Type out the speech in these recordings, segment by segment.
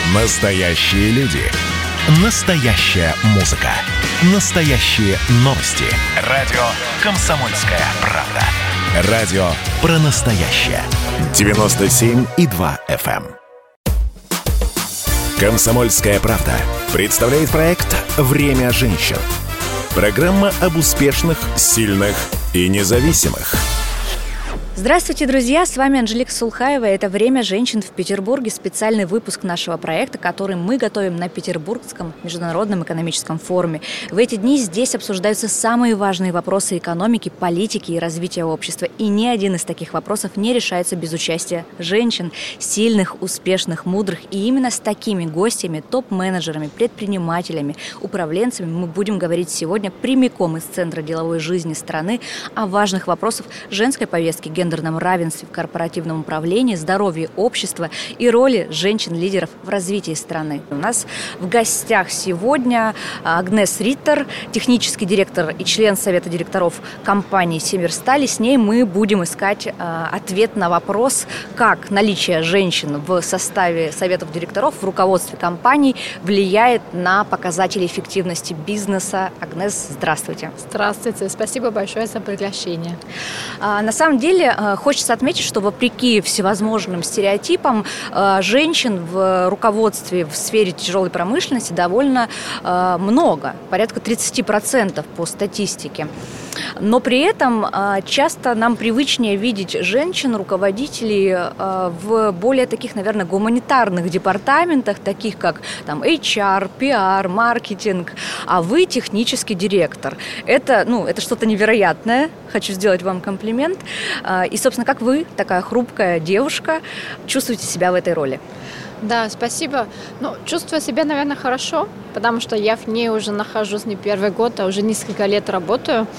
Настоящие люди. Настоящая музыка. Настоящие новости. Радио «Комсомольская правда». Радио про настоящее. 97,2 FM. «Комсомольская правда» представляет проект «Время женщин». Программа об успешных, сильных и независимых. Здравствуйте, друзья! С вами Анжелика Сулхаева. Это «Время женщин» в Петербурге. Специальный выпуск нашего проекта, который мы готовим на Петербургском международном экономическом форуме. В эти дни здесь обсуждаются самые важные вопросы экономики, политики и развития общества. И ни один из таких вопросов не решается без участия женщин, сильных, успешных, мудрых. И именно с такими гостями, топ-менеджерами, предпринимателями, управленцами мы будем говорить сегодня прямиком из центра деловой жизни страны о важных вопросах женской повестки, гендерном равенстве в корпоративном управлении, здоровье общества и роли женщин-лидеров в развитии страны. У нас в гостях сегодня Агнес Риттер, технический директор и член совета директоров компании «Северсталь». С ней мы будем искать ответ на вопрос, как наличие женщин в составе советов директоров в руководстве компаний влияет на показатели эффективности бизнеса. Агнес, здравствуйте. Здравствуйте, спасибо большое за приглашение. На самом деле, хочется отметить, что вопреки всевозможным стереотипам женщин в руководстве в сфере тяжелой промышленности довольно много, порядка 30% по статистике. Но при этом часто нам привычнее видеть женщин-руководителей в более таких, наверное, гуманитарных департаментах, таких как там, HR, PR, маркетинг, а вы технический директор. Это что-то невероятное, хочу сделать вам комплимент. И, собственно, как вы, такая хрупкая девушка, чувствуете себя в этой роли? Да, спасибо. Чувствую себя, наверное, хорошо, потому что я в ней уже нахожусь не первый год, а уже несколько лет работаю.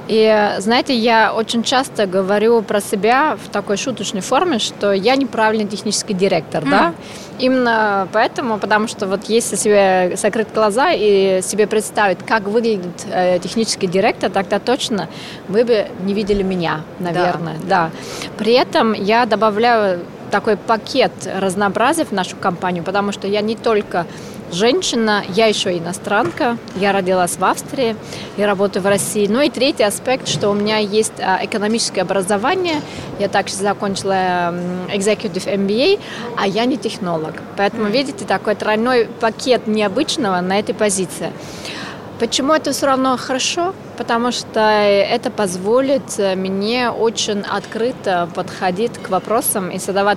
И, знаете, я очень часто говорю про себя в такой шуточной форме, что я неправильный технический директор, да? Именно поэтому, потому что вот если себе закрыть глаза и себе представить, как выглядит технический директор, тогда точно вы бы не видели меня, наверное. Да. При этом я добавляю такой пакет разнообразия в нашу компанию, потому что я не только женщина, я еще иностранка, я родилась в Австрии и работаю в России. Ну и третий аспект, что у меня есть экономическое образование, я также закончила Executive MBA, а я не технолог. Поэтому, видите, такой тройной пакет необычного на этой позиции. Почему это все равно хорошо? Потому что это позволит мне очень открыто подходить к вопросам и задавать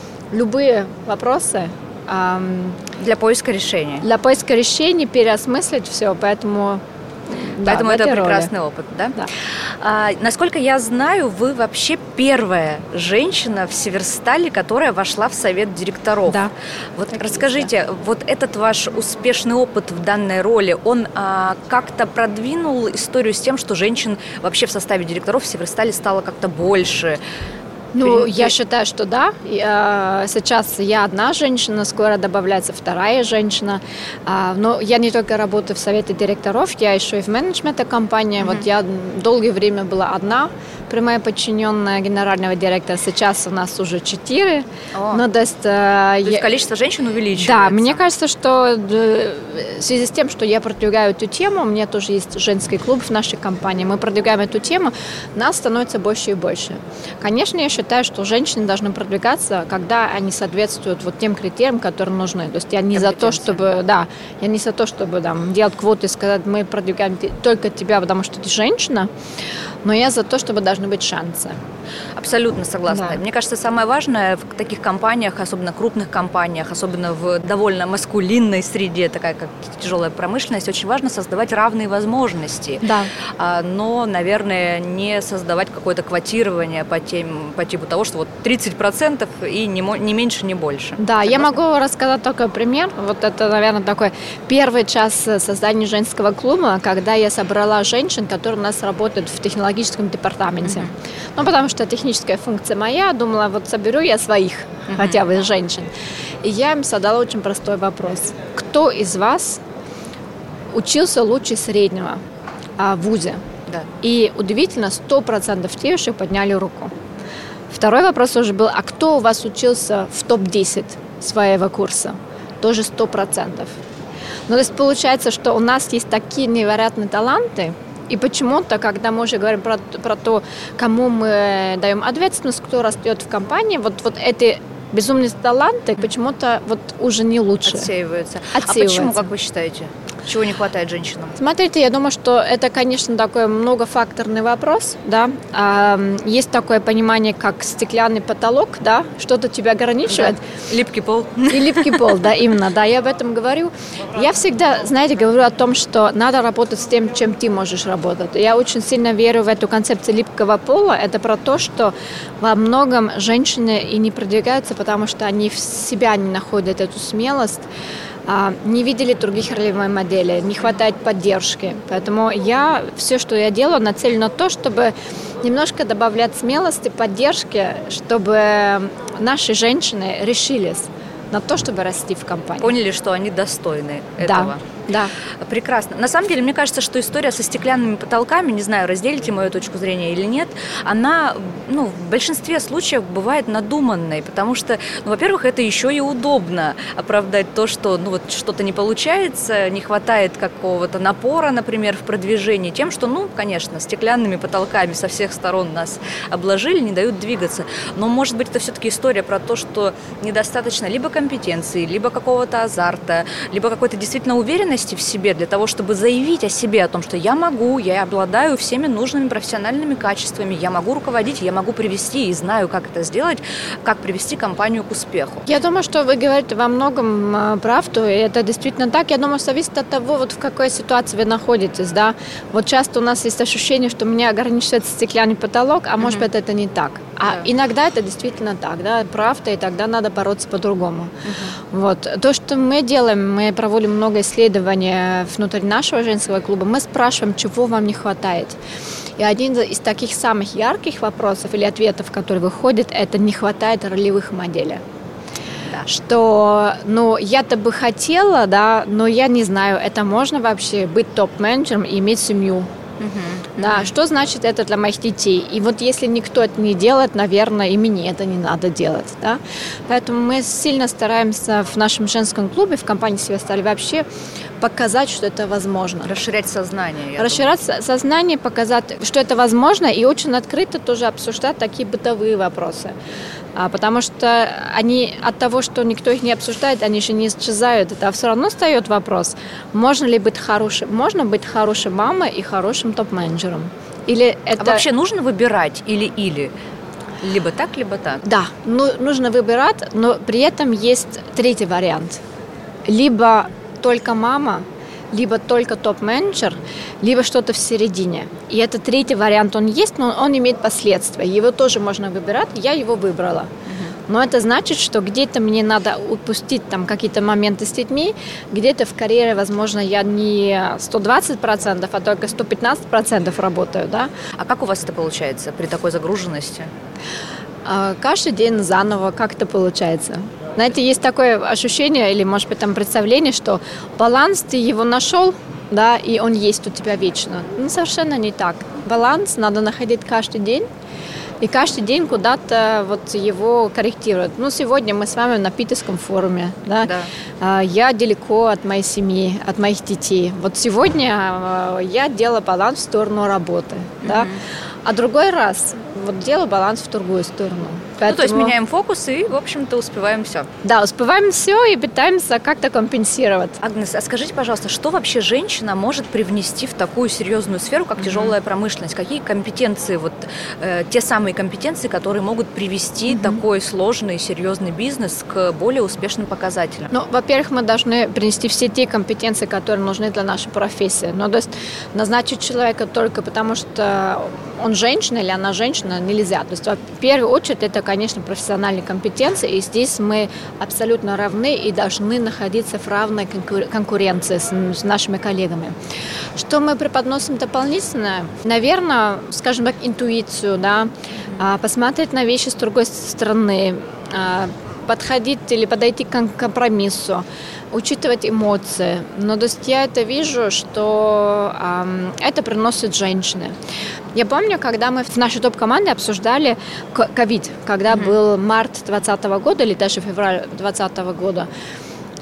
любые вопросы. Для поиска решения. Для поиска решений, переосмыслить все, поэтому это прекрасный опыт, да? Да. Насколько я знаю, вы вообще первая женщина в Северстале, которая вошла в совет директоров. Да. Вот расскажите, вот этот ваш успешный опыт в данной роли, он как-то продвинул историю с тем, что женщин вообще в составе директоров в Северстале стало как-то больше? Я считаю, что да. Сейчас я одна женщина, скоро добавляется вторая женщина. Но я не только работаю в совете директоров, я еще и в менеджменте компании. Вот я долгое время была одна прямая подчиненная генерального директора. Сейчас у нас уже 4. То есть количество женщин увеличивается. Да, мне кажется, что в связи с тем, что я продвигаю эту тему, у меня тоже есть женский клуб в нашей компании, мы продвигаем эту тему, нас становится больше и больше. Конечно, я считаю, что женщины должны продвигаться, когда они соответствуют вот тем критериям, которые нужны. То есть я не за то, чтобы, делать квоты и сказать, мы продвигаем только тебя, потому что ты женщина, но я за то, чтобы должны быть шансы. Абсолютно согласна. Да. Мне кажется, самое важное в таких компаниях, особенно крупных компаниях, особенно в довольно маскулинной среде, такая как тяжелая промышленность, очень важно создавать равные возможности. Да. Но, наверное, не создавать какое-то квотирование по типу того, что вот 30% и не меньше, не больше. Да, я могу рассказать только пример. Вот это, наверное, такой первый час создания женского клуба, когда я собрала женщин, которые у нас работают в технологическом департаменте. Потому что техническая функция моя, думала, вот соберу я своих, хотя бы женщин. И я им задала очень простой вопрос. Кто из вас учился лучше среднего в вузе? Да. И удивительно, 100% девушек подняли руку. Второй вопрос уже был, а кто у вас учился в топ-10 своего курса? тоже 100%. Ну, то есть получается, что у нас есть такие невероятные таланты, и почему-то, когда мы уже говорим про то, кому мы даем ответственность, кто растет в компании, вот эти безумные таланты почему-то вот уже не лучше. Отсеиваются. А почему, как вы считаете? Чего не хватает женщинам? Смотрите, я думаю, что это, конечно, такой многофакторный вопрос, да. Есть такое понимание, как стеклянный потолок, да, что-то тебя ограничивает. Да. Липкий пол. И липкий пол, да, именно, да, я об этом говорю. Я всегда, знаете, говорю о том, что надо работать с тем, чем ты можешь работать. Я очень сильно верю в эту концепцию липкого пола. Это про то, что во многом женщины и не продвигаются, потому что они в себя не находят эту смелость, не видели других ролевых моделей, не хватает поддержки. Поэтому все, что я делаю, нацелено на то, чтобы немножко добавлять смелости, поддержки, чтобы наши женщины решились на то, чтобы расти в компании. Поняли, что они достойны этого. Да. Прекрасно. На самом деле, мне кажется, что история со стеклянными потолками, не знаю, разделите мою точку зрения или нет, она, в большинстве случаев бывает надуманной, потому что, во-первых, это еще и удобно оправдать то, что, что-то не получается, не хватает какого-то напора, например, в продвижении, тем, что, конечно, стеклянными потолками со всех сторон нас обложили, не дают двигаться. Но, может быть, это все-таки история про то, что недостаточно либо компетенции, либо какого-то азарта, либо какой-то действительно уверенности в себе для того, чтобы заявить о себе, о том, что я могу, я обладаю всеми нужными профессиональными качествами, я могу руководить, я могу привести и знаю, как это сделать, как привести компанию к успеху. Я думаю, что вы говорите во многом правду, и это действительно так. Я думаю, зависит от того, в какой ситуации вы находитесь, да. Вот часто у нас есть ощущение, что меня ограничивает стеклянный потолок, а может быть это не так. А иногда это действительно так, да, правда, и тогда надо бороться по-другому. Вот. То, что мы делаем, мы проводим много исследований внутри нашего женского клуба, мы спрашиваем, чего вам не хватает. И один из таких самых ярких вопросов или ответов, который выходит, это не хватает ролевых моделей. Да. Что, я-то бы хотела, да, но я не знаю, это можно вообще быть топ-менеджером и иметь семью. Да, что значит это для моих детей? И вот если никто это не делает, наверное, и мне это не надо делать, да. Поэтому мы сильно стараемся в нашем женском клубе, в компании «Севасталь» вообще показать, что это возможно. Расширять сознание. Расширять сознание, показать, что это возможно, и очень открыто тоже обсуждать такие бытовые вопросы. Потому что они от того, что никто их не обсуждает, они же не исчезают. Это все равно встает вопрос, можно ли быть хорошим, можно быть хорошей мамой и хорошим топ-менеджером. Или это... А вообще нужно выбирать или? Либо так, либо так? Да, нужно выбирать, но при этом есть третий вариант. Либо только мама, либо только топ-менеджер, либо что-то в середине. И этот третий вариант, он есть, но он имеет последствия. Его тоже можно выбирать, я его выбрала. Но это значит, что где-то мне надо упустить там какие-то моменты с детьми, где-то в карьере, возможно, я не 120%, а только 115% работаю, да. А как у вас это получается при такой загруженности? Каждый день заново как-то получается. Знаете, есть такое ощущение или, может быть, там представление, что баланс, ты его нашел, да, и он есть у тебя вечно. Совершенно не так. Баланс надо находить каждый день, и каждый день куда-то его корректировать. Сегодня мы с вами на питерском форуме, да? Да. Я далеко от моей семьи, от моих детей. Вот сегодня я делаю баланс в сторону работы, да? А другой раз делаю баланс в другую сторону. Поэтому... то есть меняем фокус и, в общем-то, успеваем все. Да, успеваем все и пытаемся как-то компенсировать. Агнес, а скажите, пожалуйста, что вообще женщина может привнести в такую серьезную сферу, как тяжелая промышленность? Какие компетенции, те самые компетенции, которые могут привести такой сложный, серьезный бизнес к более успешным показателям? Во-первых, мы должны принести все те компетенции, которые нужны для нашей профессии. То есть назначить человека только потому, что он женщина или она женщина, нельзя. То есть, в первую очередь, это, конечно, профессиональные компетенции, и здесь мы абсолютно равны и должны находиться в равной конкуренции с нашими коллегами. Что мы преподносим дополнительно? Наверное, скажем так, интуицию, да, посмотреть на вещи с другой стороны, подходить или подойти к компромиссу, учитывать эмоции. То есть я это вижу, что это приносит женщины. Я помню, когда мы в нашей топ-команде обсуждали ковид, когда был март 2020 года или даже февраль 2020 года,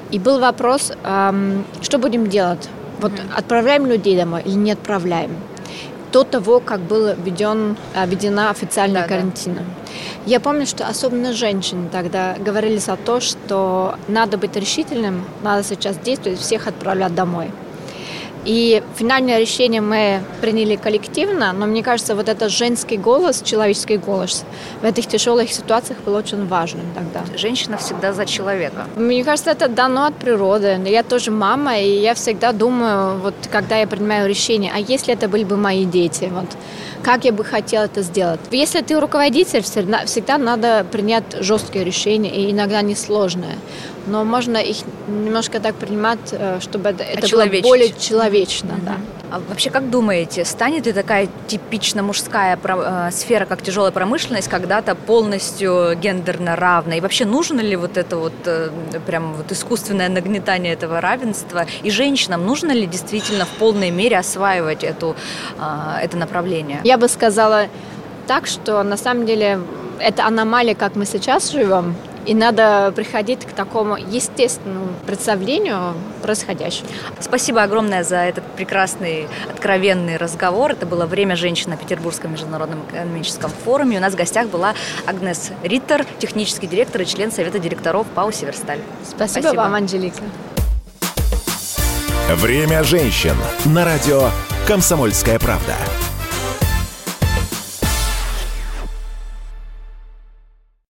И был вопрос, что будем делать? Вот отправляем людей домой или не отправляем? До того, как была введена официальная карантина. Я помню, что особенно женщины тогда говорили о том, что надо быть решительным, надо сейчас действовать, всех отправлять домой. И финальное решение мы приняли коллективно, но мне кажется, вот этот женский голос, человеческий голос в этих тяжелых ситуациях был очень важным тогда. Женщина всегда за человека. Мне кажется, это дано от природы. Я тоже мама, и я всегда думаю, вот когда я принимаю решение, а если это были бы мои дети, вот как я бы хотела это сделать. Если ты руководитель, всегда надо принять жесткие решения, и иногда несложные. Но можно их немножко так принимать, чтобы это было более человечно. Да. А вообще, как думаете, станет ли такая типично мужская сфера, как тяжелая промышленность, когда-то полностью гендерно равной? И вообще, нужно ли вот это вот прям вот искусственное нагнетание этого равенства? И женщинам нужно ли действительно в полной мере осваивать это направление? Я бы сказала так, что на самом деле это аномалия, как мы сейчас живем, и надо приходить к такому естественному представлению происходящего. Спасибо огромное за этот прекрасный, откровенный разговор. Это было «Время женщин» на Петербургском международном экономическом форуме. У нас в гостях была Агнес Риттер, технический директор и член Совета директоров ПАО «Северсталь». Спасибо вам, Анжелика. «Время женщин» на радио «Комсомольская правда».